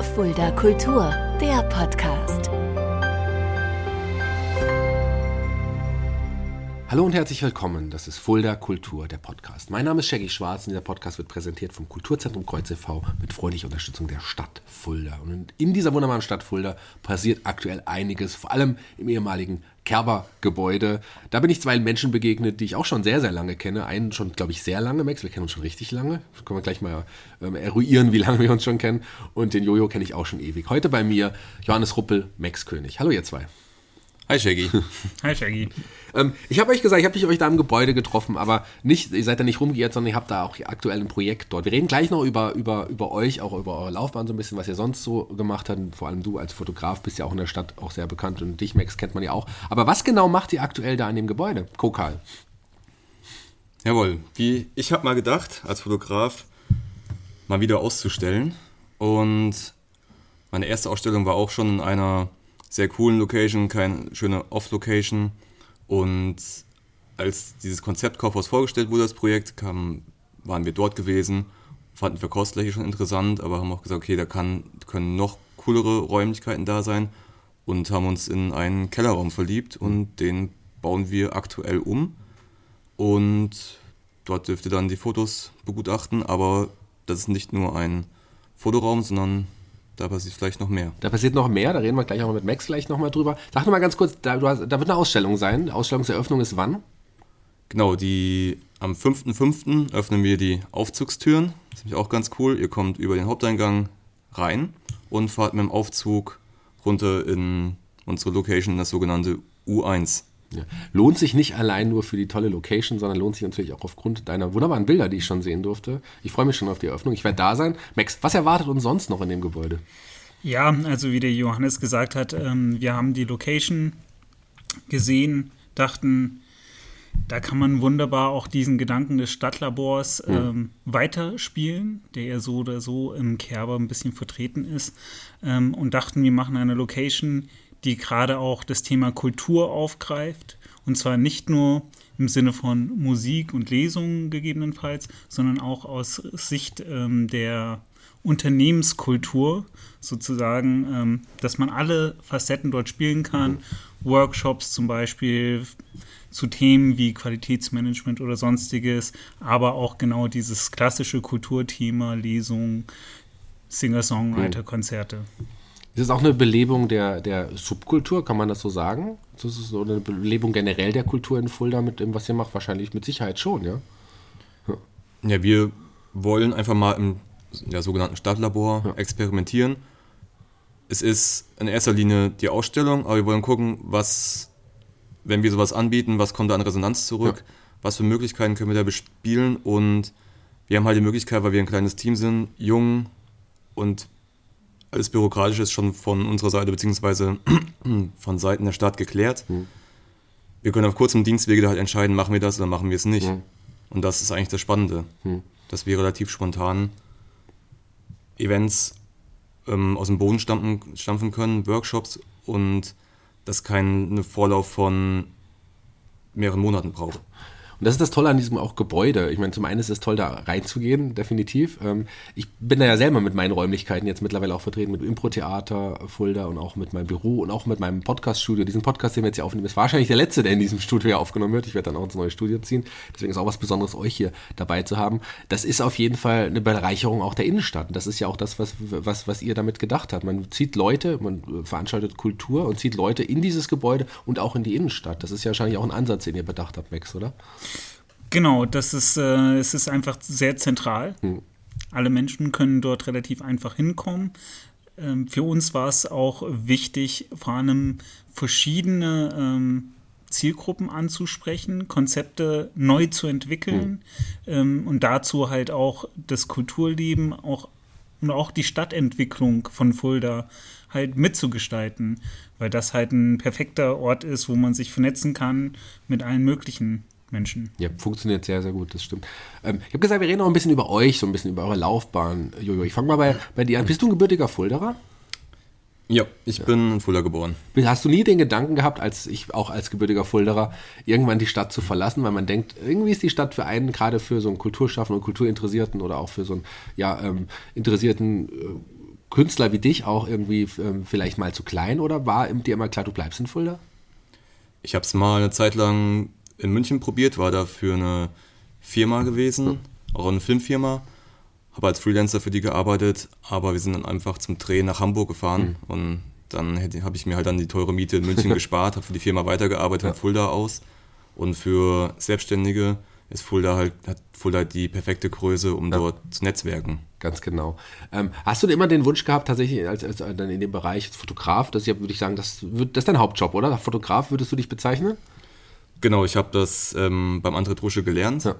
Fulda Kultur, der Podcast. Hallo und herzlich willkommen, das ist Fulda Kultur, der Podcast. Mein Name ist Shaggy Schwarz und dieser Podcast wird präsentiert vom Kulturzentrum Kreuz e.V. mit freundlicher Unterstützung der Stadt Fulda. Und in dieser wunderbaren Stadt Fulda passiert aktuell einiges, vor allem im ehemaligen Kerber-Gebäude. Da bin ich zwei Menschen begegnet, die ich auch schon sehr, sehr lange kenne. Einen schon, glaube ich, sehr lange, Max, wir kennen uns schon richtig lange. Das können wir gleich mal eruieren, wie lange wir uns schon kennen. Und den Jojo kenne ich auch schon ewig. Heute bei mir Johannes Ruppel, Max König. Hallo ihr zwei. Hi Shaggy. Hi Shaggy. Ich habe euch gesagt, ich habe euch da im Gebäude getroffen, aber nicht, ihr seid da nicht rumgeirrt, sondern ihr habt da auch aktuell ein Projekt dort. Wir reden gleich noch über euch, auch über eure Laufbahn so ein bisschen, was ihr sonst so gemacht habt. Vor allem du als Fotograf bist ja auch in der Stadt auch sehr bekannt und dich, Max, kennt man ja auch. Aber was genau macht ihr aktuell da an dem Gebäude? Kokal. Jawohl, ich habe mal gedacht, als Fotograf mal wieder auszustellen. Und meine erste Ausstellung war auch schon in einer sehr coolen Location, keine schöne Off-Location. Und als dieses Konzept Kaufhaus vorgestellt wurde, das Projekt, waren wir dort gewesen, fanden wir Kostfläche schon interessant, aber haben auch gesagt, okay, da können noch coolere Räumlichkeiten da sein und haben uns in einen Kellerraum verliebt und den bauen wir aktuell um. Und dort dürft ihr dann die Fotos begutachten, aber das ist nicht nur ein Fotoraum, sondern da passiert vielleicht noch mehr. Da passiert noch mehr, da reden wir gleich auch mit Max gleich nochmal drüber. Sag noch mal ganz kurz, da wird eine Ausstellung sein. Die Ausstellungseröffnung ist wann? Genau, am 5.5. öffnen wir die Aufzugstüren. Das ist nämlich auch ganz cool. Ihr kommt über den Haupteingang rein und fahrt mit dem Aufzug runter in unsere Location, das sogenannte U1. Ja. Lohnt sich nicht allein nur für die tolle Location, sondern lohnt sich natürlich auch aufgrund deiner wunderbaren Bilder, die ich schon sehen durfte. Ich freue mich schon auf die Eröffnung. Ich werde da sein. Max, was erwartet uns sonst noch in dem Gebäude? Ja, also wie der Johannes gesagt hat, wir haben die Location gesehen, dachten, da kann man wunderbar auch diesen Gedanken des Stadtlabors weiterspielen, der ja so oder so im Kerber ein bisschen vertreten ist, und dachten, wir machen eine Location, die gerade auch das Thema Kultur aufgreift, und zwar nicht nur im Sinne von Musik und Lesungen gegebenenfalls, sondern auch aus Sicht der Unternehmenskultur sozusagen, dass man alle Facetten dort spielen kann, Workshops zum Beispiel zu Themen wie Qualitätsmanagement oder sonstiges, aber auch genau dieses klassische Kulturthema, Lesungen, Singer-Songwriter-Konzerte. Ist es auch eine Belebung der Subkultur, kann man das so sagen? Das ist so eine Belebung generell der Kultur in Fulda mit dem, was ihr macht? Wahrscheinlich mit Sicherheit schon, ja? Ja, wir wollen einfach mal im sogenannten Stadtlabor experimentieren. Es ist in erster Linie die Ausstellung, aber wir wollen gucken, wenn wir sowas anbieten, was kommt da an Resonanz zurück, was für Möglichkeiten können wir da bespielen, und wir haben halt die Möglichkeit, weil wir ein kleines Team sind, jung, und alles Bürokratische ist schon von unserer Seite beziehungsweise von Seiten der Stadt geklärt. Wir können auf kurzem Dienstwege da halt entscheiden, machen wir das oder machen wir es nicht. Und das ist eigentlich das Spannende, dass wir relativ spontan Events aus dem Boden stampfen können, Workshops, und das keinen Vorlauf von mehreren Monaten braucht. Und das ist das Tolle an diesem auch Gebäude. Ich meine, zum einen ist es toll, da reinzugehen, definitiv. Ich bin da ja selber mit meinen Räumlichkeiten jetzt mittlerweile auch vertreten, mit Impro-Theater Fulda und auch mit meinem Büro und auch mit meinem Podcast-Studio. Diesen Podcast, den wir jetzt hier aufnehmen, ist wahrscheinlich der letzte, der in diesem Studio hier aufgenommen wird. Ich werde dann auch ins neue Studio ziehen. Deswegen ist auch was Besonderes, euch hier dabei zu haben. Das ist auf jeden Fall eine Bereicherung auch der Innenstadt. Und das ist ja auch das, was ihr damit gedacht habt. Man zieht Leute, man veranstaltet Kultur und zieht Leute in dieses Gebäude und auch in die Innenstadt. Das ist ja wahrscheinlich auch ein Ansatz, den ihr bedacht habt, Max, oder? Genau, es ist einfach sehr zentral. Alle Menschen können dort relativ einfach hinkommen. Für uns war es auch wichtig, vor allem verschiedene Zielgruppen anzusprechen, Konzepte neu zu entwickeln, und dazu halt auch das Kulturleben und auch die Stadtentwicklung von Fulda halt mitzugestalten, weil das halt ein perfekter Ort ist, wo man sich vernetzen kann mit allen möglichen Menschen. Ja, funktioniert sehr, sehr gut, das stimmt. Ich habe gesagt, wir reden noch ein bisschen über euch, so ein bisschen über eure Laufbahn. Jojo, ich fange mal bei dir an. Bist du ein gebürtiger Fulderer? Ja, ich bin in Fulda geboren. Hast du nie den Gedanken gehabt, als gebürtiger Fulderer, irgendwann die Stadt zu verlassen, weil man denkt, irgendwie ist die Stadt für einen, gerade für so einen Kulturschaffenden und Kulturinteressierten oder auch für so einen interessierten Künstler wie dich auch irgendwie vielleicht mal zu klein oder war dir immer klar, du bleibst in Fulda? Ich habe es mal eine Zeit lang in München probiert, war da für eine Firma gewesen, auch eine Filmfirma, habe als Freelancer für die gearbeitet, aber wir sind dann einfach zum Dreh nach Hamburg gefahren und dann habe ich mir halt dann die teure Miete in München gespart, habe für die Firma weitergearbeitet von Fulda aus und für Selbstständige hat Fulda halt die perfekte Größe, um dort zu netzwerken. Ganz genau. Hast du denn immer den Wunsch gehabt, tatsächlich als dann in dem Bereich als Fotograf, das ist ja, würde ich sagen, das ist dein Hauptjob, oder? Fotograf würdest du dich bezeichnen? Genau, ich habe das beim André Drusche gelernt. Ja.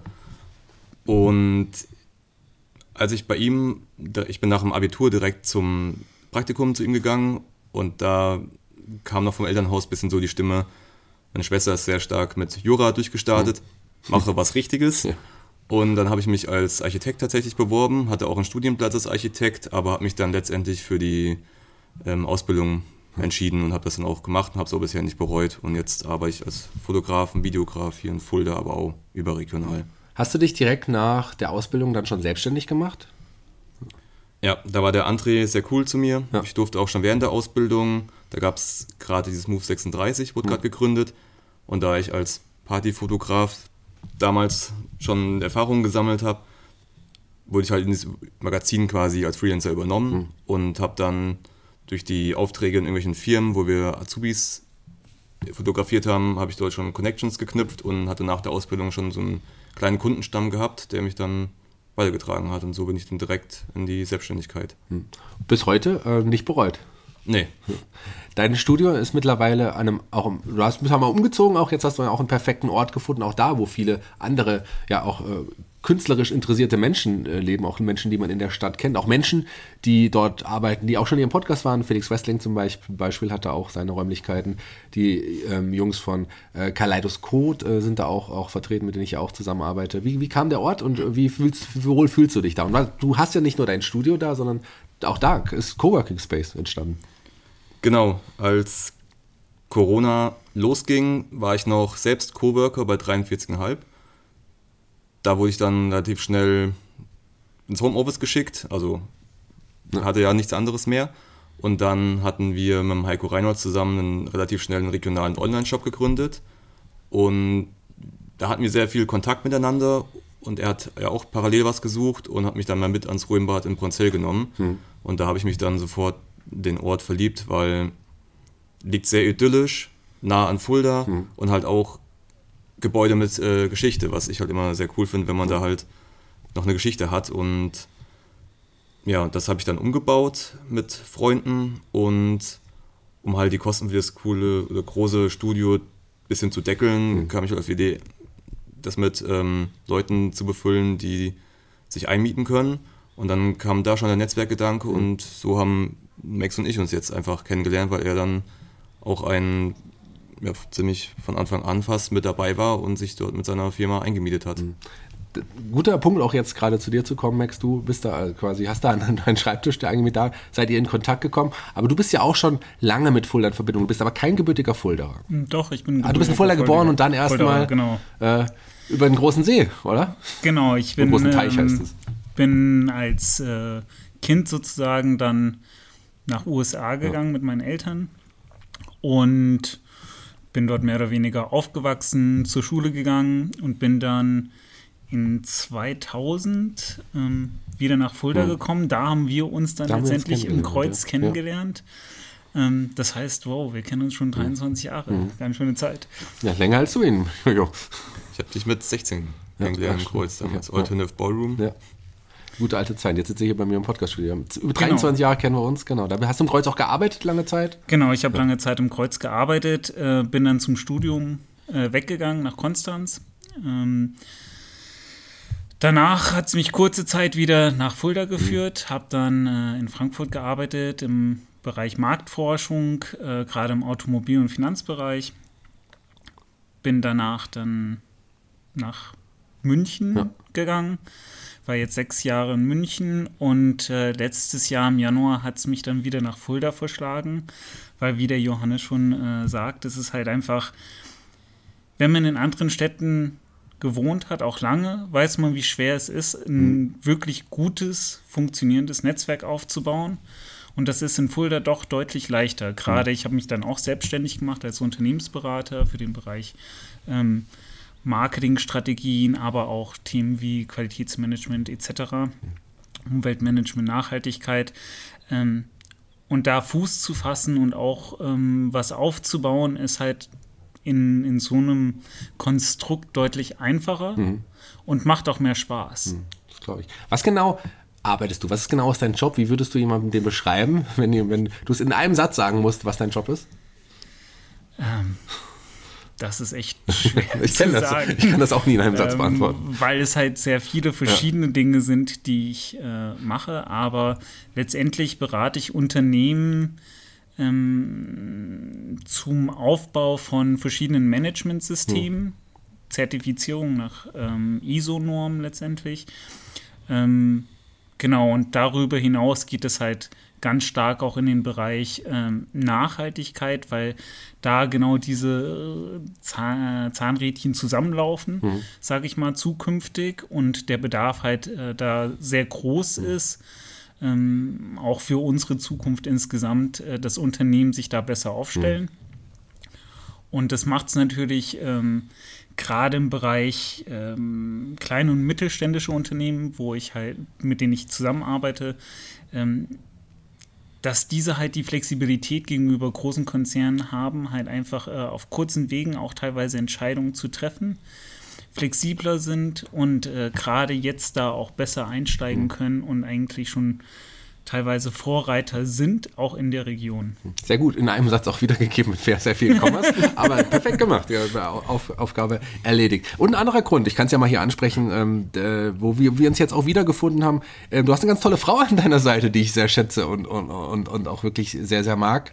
Und als ich bei ihm, ich bin nach dem Abitur direkt zum Praktikum zu ihm gegangen und da kam noch vom Elternhaus ein bisschen so die Stimme, meine Schwester ist sehr stark mit Jura durchgestartet, mache was Richtiges. Ja. Und dann habe ich mich als Architekt tatsächlich beworben, hatte auch einen Studienplatz als Architekt, aber habe mich dann letztendlich für die Ausbildung entschieden und habe das dann auch gemacht und habe es auch bisher nicht bereut. Und jetzt arbeite ich als Fotograf und Videograf hier in Fulda, aber auch überregional. Hast du dich direkt nach der Ausbildung dann schon selbstständig gemacht? Ja, da war der André sehr cool zu mir. Ja. Ich durfte auch schon während der Ausbildung, da gab es gerade dieses Move 36, wurde gerade gegründet. Und da ich als Partyfotograf damals schon Erfahrungen gesammelt habe, wurde ich halt in dieses Magazin quasi als Freelancer übernommen und habe dann durch die Aufträge in irgendwelchen Firmen, wo wir Azubis fotografiert haben, habe ich dort schon Connections geknüpft und hatte nach der Ausbildung schon so einen kleinen Kundenstamm gehabt, der mich dann weitergetragen hat. Und so bin ich dann direkt in die Selbstständigkeit. Bis heute nicht bereut? Nee. Dein Studio ist mittlerweile du hast mal umgezogen, auch jetzt hast du auch einen perfekten Ort gefunden, auch da, wo viele andere, ja auch künstlerisch interessierte Menschen leben, auch Menschen, die man in der Stadt kennt, auch Menschen, die dort arbeiten, die auch schon in ihrem Podcast waren. Felix Westling zum Beispiel hatte auch seine Räumlichkeiten. Die Jungs von Kaleidoskop sind da auch vertreten, mit denen ich ja auch zusammenarbeite. Wie kam der Ort und wie wohl fühlst du dich da? Und du hast ja nicht nur dein Studio da, sondern auch da ist Coworking Space entstanden. Genau, als Corona losging, war ich noch selbst Coworker bei 43,5. Da wurde ich dann relativ schnell ins Homeoffice geschickt, also hatte ja nichts anderes mehr. Und dann hatten wir mit dem Heiko Reinhold zusammen einen relativ schnellen regionalen Online-Shop gegründet. Und da hatten wir sehr viel Kontakt miteinander und er hat ja auch parallel was gesucht und hat mich dann mal mit ans Ruhenbad in Bronzell genommen. Und da habe ich mich dann sofort den Ort verliebt, weil liegt sehr idyllisch, nah an Fulda und halt auch Gebäude mit Geschichte, was ich halt immer sehr cool finde, wenn man da halt noch eine Geschichte hat. Und ja, das habe ich dann umgebaut mit Freunden und um halt die Kosten für das coole oder große Studio ein bisschen zu deckeln, kam ich halt auf die Idee, das mit Leuten zu befüllen, die sich einmieten können. Und dann kam da schon der Netzwerkgedanke und so haben Max und ich uns jetzt einfach kennengelernt, weil er dann auch ziemlich von Anfang an fast mit dabei war und sich dort mit seiner Firma eingemietet hat. Guter Punkt, auch jetzt gerade zu dir zu kommen, Max. Du bist da quasi, hast da einen Schreibtisch, der eingemietet da, seid ihr in Kontakt gekommen. Aber du bist ja auch schon lange mit Fulda in Verbindung. Du bist aber kein gebürtiger Fuldaer. Doch, ich bin du bist in Fulda geboren und dann erstmal genau. Über den großen See, oder? Genau, ich bin, großen Teich heißt es. Bin als Kind sozusagen dann nach USA gegangen mit meinen Eltern und bin dort mehr oder weniger aufgewachsen, zur Schule gegangen und bin dann in 2000 wieder nach Fulda gekommen. Da haben wir uns dann letztendlich im Kreuz kennengelernt. Das heißt, wow, wir kennen uns schon 23 Jahre. Ganz schöne Zeit. Ja, länger als du ihn. Ich habe dich mit 16 kennengelernt im Kreuz damals. Alternative Ballroom. Ja. Gute alte Zeit. Jetzt sitze ich hier bei mir im Podcast-Studio. Über 23 Jahre kennen wir uns, genau. Da hast du im Kreuz auch gearbeitet, lange Zeit? Genau, ich habe lange Zeit im Kreuz gearbeitet, bin dann zum Studium weggegangen nach Konstanz. Danach hat es mich kurze Zeit wieder nach Fulda geführt, habe dann in Frankfurt gearbeitet im Bereich Marktforschung, gerade im Automobil- und Finanzbereich. Bin danach dann nach München gegangen. War jetzt 6 Jahre in München und letztes Jahr im Januar hat es mich dann wieder nach Fulda verschlagen, weil, wie der Johannes schon sagt, es ist halt einfach, wenn man in anderen Städten gewohnt hat, auch lange, weiß man, wie schwer es ist, ein wirklich gutes, funktionierendes Netzwerk aufzubauen. Und das ist in Fulda doch deutlich leichter. Gerade ich habe mich dann auch selbstständig gemacht als Unternehmensberater für den Bereich Marketingstrategien, aber auch Themen wie Qualitätsmanagement etc., Umweltmanagement, Nachhaltigkeit. Und da Fuß zu fassen und auch was aufzubauen, ist halt in so einem Konstrukt deutlich einfacher und macht auch mehr Spaß. Das glaube ich. Was genau arbeitest du? Was ist genau dein Job? Wie würdest du jemandem den beschreiben, wenn du es in einem Satz sagen musst, was dein Job ist? Das ist echt schwer Ich sagen. Ich kann das auch nie in einem Satz beantworten. Weil es halt sehr viele verschiedene Dinge sind, die ich mache. Aber letztendlich berate ich Unternehmen zum Aufbau von verschiedenen Managementsystemen, Zertifizierung nach ISO-Normen letztendlich. Genau, und darüber hinaus geht es halt ganz stark auch in den Bereich Nachhaltigkeit, weil da genau diese Zahnrädchen zusammenlaufen, sage ich mal, zukünftig und der Bedarf halt da sehr groß ist. Auch für unsere Zukunft insgesamt das Unternehmen sich da besser aufstellen. Und das macht es natürlich gerade im Bereich kleine und mittelständische Unternehmen, mit denen ich zusammenarbeite, dass diese halt die Flexibilität gegenüber großen Konzernen haben, halt einfach auf kurzen Wegen auch teilweise Entscheidungen zu treffen, flexibler sind und gerade jetzt da auch besser einsteigen können und eigentlich schon teilweise Vorreiter sind, auch in der Region. Sehr gut, in einem Satz auch wiedergegeben mit sehr vielen Kommas, aber perfekt gemacht, ja, Aufgabe erledigt. Und ein anderer Grund, ich kann es ja mal hier ansprechen, wo wir uns jetzt auch wiedergefunden haben, du hast eine ganz tolle Frau an deiner Seite, die ich sehr schätze und auch wirklich sehr, sehr mag.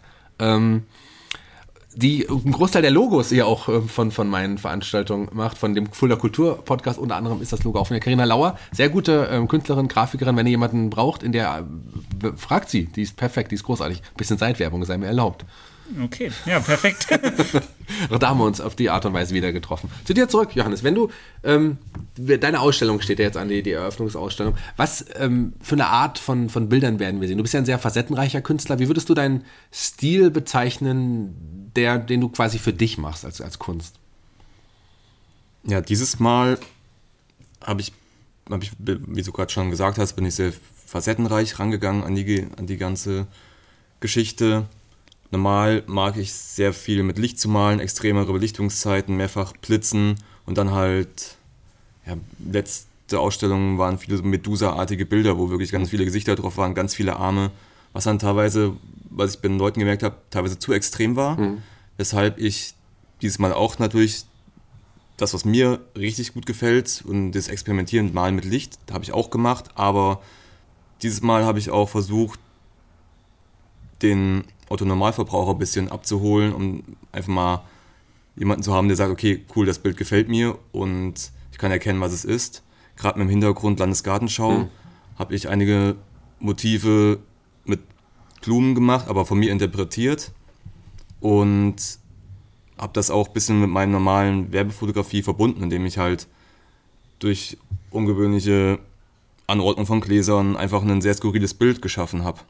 Die einen Großteil der Logos ja auch von meinen Veranstaltungen macht, von dem Fulda Kultur Podcast, unter anderem ist das Logo auch von der Carina Lauer, sehr gute Künstlerin, Grafikerin, wenn ihr jemanden braucht, fragt sie, die ist perfekt, die ist großartig, ein bisschen Seitwerbung sei mir erlaubt. Okay, ja, perfekt. Da haben wir uns auf die Art und Weise wieder getroffen. Zu dir zurück, Johannes, wenn du, deine Ausstellung steht ja jetzt an, die Eröffnungsausstellung, was für eine Art von Bildern werden wir sehen? Du bist ja ein sehr facettenreicher Künstler, wie würdest du deinen Stil bezeichnen, den du quasi für dich machst als Kunst? Ja, dieses Mal habe ich, wie du gerade schon gesagt hast, bin ich sehr facettenreich rangegangen an die ganze Geschichte. Normal mag ich sehr viel mit Licht zu malen, extremere Belichtungszeiten, mehrfach blitzen und dann halt, ja, letzte Ausstellungen waren viele Medusa-artige Bilder, wo wirklich ganz viele Gesichter drauf waren, ganz viele Arme, was dann teilweise, was ich bei den Leuten gemerkt habe, teilweise zu extrem war, weshalb ich dieses Mal auch natürlich das, was mir richtig gut gefällt und das Experimentieren mit Malen mit Licht, habe ich auch gemacht, aber dieses Mal habe ich auch versucht, den Otto-Normalverbraucher ein bisschen abzuholen, um einfach mal jemanden zu haben, der sagt, okay, cool, das Bild gefällt mir und ich kann erkennen, was es ist. Gerade mit dem Hintergrund Landesgartenschau habe ich einige Motive mit Blumen gemacht, aber von mir interpretiert und habe das auch ein bisschen mit meiner normalen Werbefotografie verbunden, indem ich halt durch ungewöhnliche Anordnung von Gläsern einfach ein sehr skurriles Bild geschaffen habe.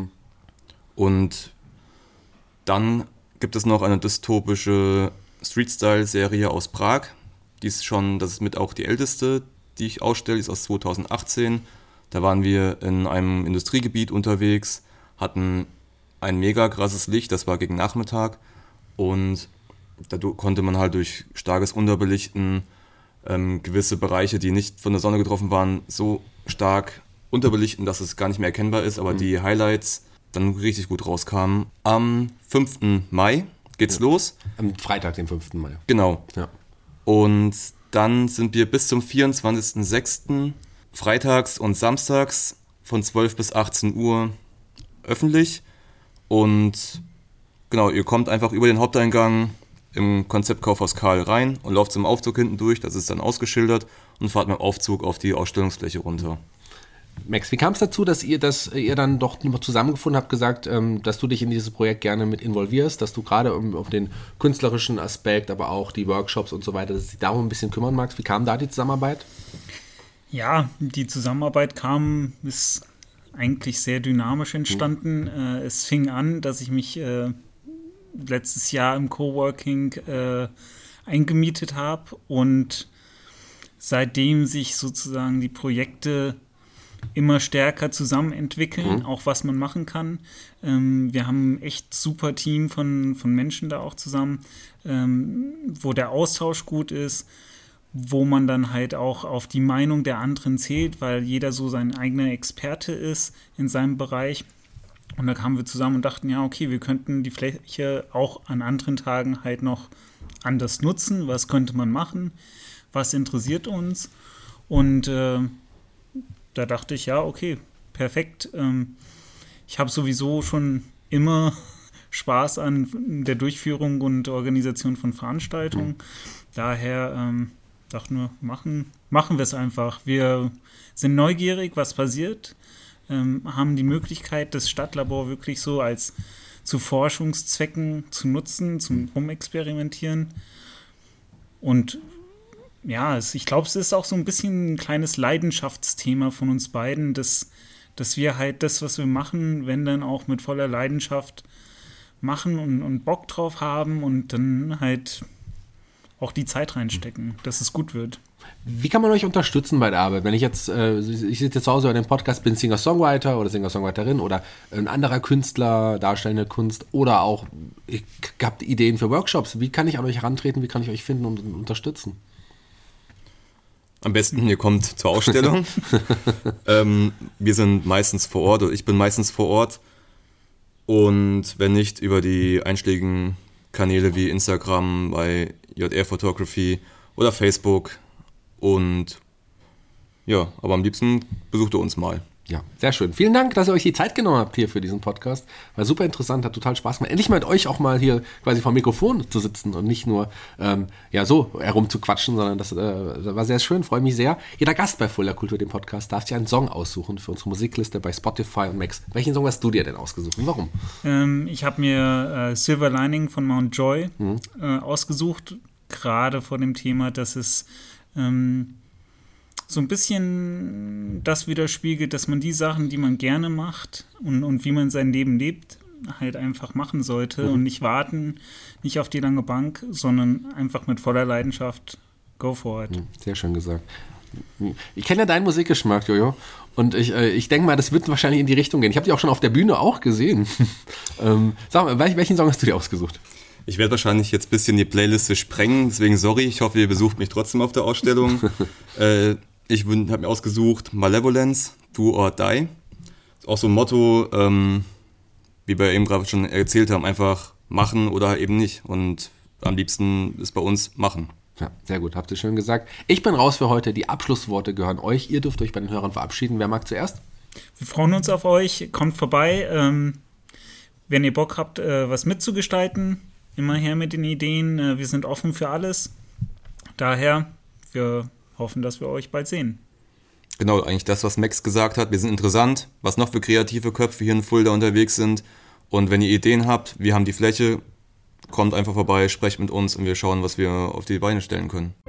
Und dann gibt es noch eine dystopische Street-Style-Serie aus Prag. Das ist mit auch die älteste, die ich ausstelle, die ist aus 2018. Da waren wir in einem Industriegebiet unterwegs, hatten ein mega krasses Licht, das war gegen Nachmittag und da konnte man halt durch starkes Unterbelichten gewisse Bereiche, die nicht von der Sonne getroffen waren, so stark unterbelichten, dass es gar nicht mehr erkennbar ist, aber die Highlights dann richtig gut rauskamen. Am 5. Mai geht's los. Am Freitag, den 5. Mai. Genau. Ja. Und dann sind wir bis zum 24.06. freitags und samstags von 12 bis 18 Uhr öffentlich. Und genau, ihr kommt einfach über den Haupteingang im Konzeptkaufhaus Karl rein und lauft zum Aufzug hinten durch, das ist dann ausgeschildert und fahrt mit dem Aufzug auf die Ausstellungsfläche runter. Max, wie kam es dazu, dass ihr dann doch zusammengefunden habt, gesagt, dass du dich in dieses Projekt gerne mit involvierst, dass du gerade auf den künstlerischen Aspekt, aber auch die Workshops und so weiter, dass du dich darum ein bisschen kümmern magst? Wie kam da die Zusammenarbeit? Ja, die Zusammenarbeit ist eigentlich sehr dynamisch entstanden. Es fing an, dass ich mich letztes Jahr im Coworking eingemietet habe und seitdem sich sozusagen die Projekte immer stärker zusammen entwickeln, auch was man machen kann. Wir haben ein echt super Team von Menschen da auch zusammen, wo der Austausch gut ist, wo man dann halt auch auf die Meinung der anderen zählt, weil jeder so sein eigener Experte ist in seinem Bereich. Und da kamen wir zusammen und dachten, ja, okay, wir könnten die Fläche auch an anderen Tagen halt noch anders nutzen. Was könnte man machen? Was interessiert uns? Und da dachte ich, ja, okay, perfekt. Ich habe sowieso schon immer Spaß an der Durchführung und Organisation von Veranstaltungen. Daher dachten wir, machen wir es einfach. Wir sind neugierig, was passiert, haben die Möglichkeit, das Stadtlabor wirklich so als zu Forschungszwecken zu nutzen, zum Rumexperimentieren. Und ja, ich glaube, es ist auch so ein bisschen ein kleines Leidenschaftsthema von uns beiden, dass wir halt das, was wir machen, wenn dann auch mit voller Leidenschaft machen und Bock drauf haben und dann halt auch die Zeit reinstecken, dass es gut wird. Wie kann man euch unterstützen bei der Arbeit? Wenn ich sitze jetzt zu Hause bei dem Podcast, bin Singer-Songwriter oder Singer-Songwriterin oder ein anderer Künstler, darstellende Kunst oder auch, ich habe Ideen für Workshops. Wie kann ich an euch herantreten? Wie kann ich euch finden und unterstützen? Am besten, ihr kommt zur Ausstellung. Wir sind meistens vor Ort, oder ich bin meistens vor Ort. Und wenn nicht, über die einschlägigen Kanäle wie Instagram, bei JR Photography oder Facebook. Und ja, aber am liebsten besucht ihr uns mal. Ja, sehr schön. Vielen Dank, dass ihr euch die Zeit genommen habt hier für diesen Podcast. War super interessant, hat total Spaß gemacht. Endlich mal mit euch auch mal hier quasi vor dem Mikrofon zu sitzen und nicht nur so herum zu quatschen, sondern das war sehr schön, freue mich sehr. Jeder Gast bei Fulda Kultur, dem Podcast, darf sich einen Song aussuchen für unsere Musikliste bei Spotify und Max. Welchen Song hast du dir denn ausgesucht und warum? Ich habe mir Silver Lining von Mount Joy ausgesucht, gerade vor dem Thema, dass es so ein bisschen das widerspiegelt, dass man die Sachen, die man gerne macht und wie man sein Leben lebt, halt einfach machen sollte und nicht warten, nicht auf die lange Bank, sondern einfach mit voller Leidenschaft go for it. Sehr schön gesagt. Ich kenne ja deinen Musikgeschmack, Jojo, und ich denke mal, das wird wahrscheinlich in die Richtung gehen. Ich habe dich auch schon auf der Bühne auch gesehen. Sag mal, welchen Song hast du dir ausgesucht? Ich werde wahrscheinlich jetzt ein bisschen die Playliste sprengen, deswegen sorry, ich hoffe, ihr besucht mich trotzdem auf der Ausstellung. Ich habe mir ausgesucht Malevolence, Do or Die. Ist auch so ein Motto, wie wir eben gerade schon erzählt haben, einfach machen oder eben nicht. Und am liebsten ist bei uns machen. Ja, sehr gut, habt ihr schön gesagt. Ich bin raus für heute, die Abschlussworte gehören euch. Ihr dürft euch bei den Hörern verabschieden. Wer mag zuerst? Wir freuen uns auf euch, kommt vorbei. Wenn ihr Bock habt, was mitzugestalten, immer her mit den Ideen. Wir sind offen für alles. Daher, wir hoffen, dass wir euch bald sehen. Genau, eigentlich das, was Max gesagt hat. Wir sind interessant, was noch für kreative Köpfe hier in Fulda unterwegs sind. Und wenn ihr Ideen habt, wir haben die Fläche, kommt einfach vorbei, sprecht mit uns und wir schauen, was wir auf die Beine stellen können.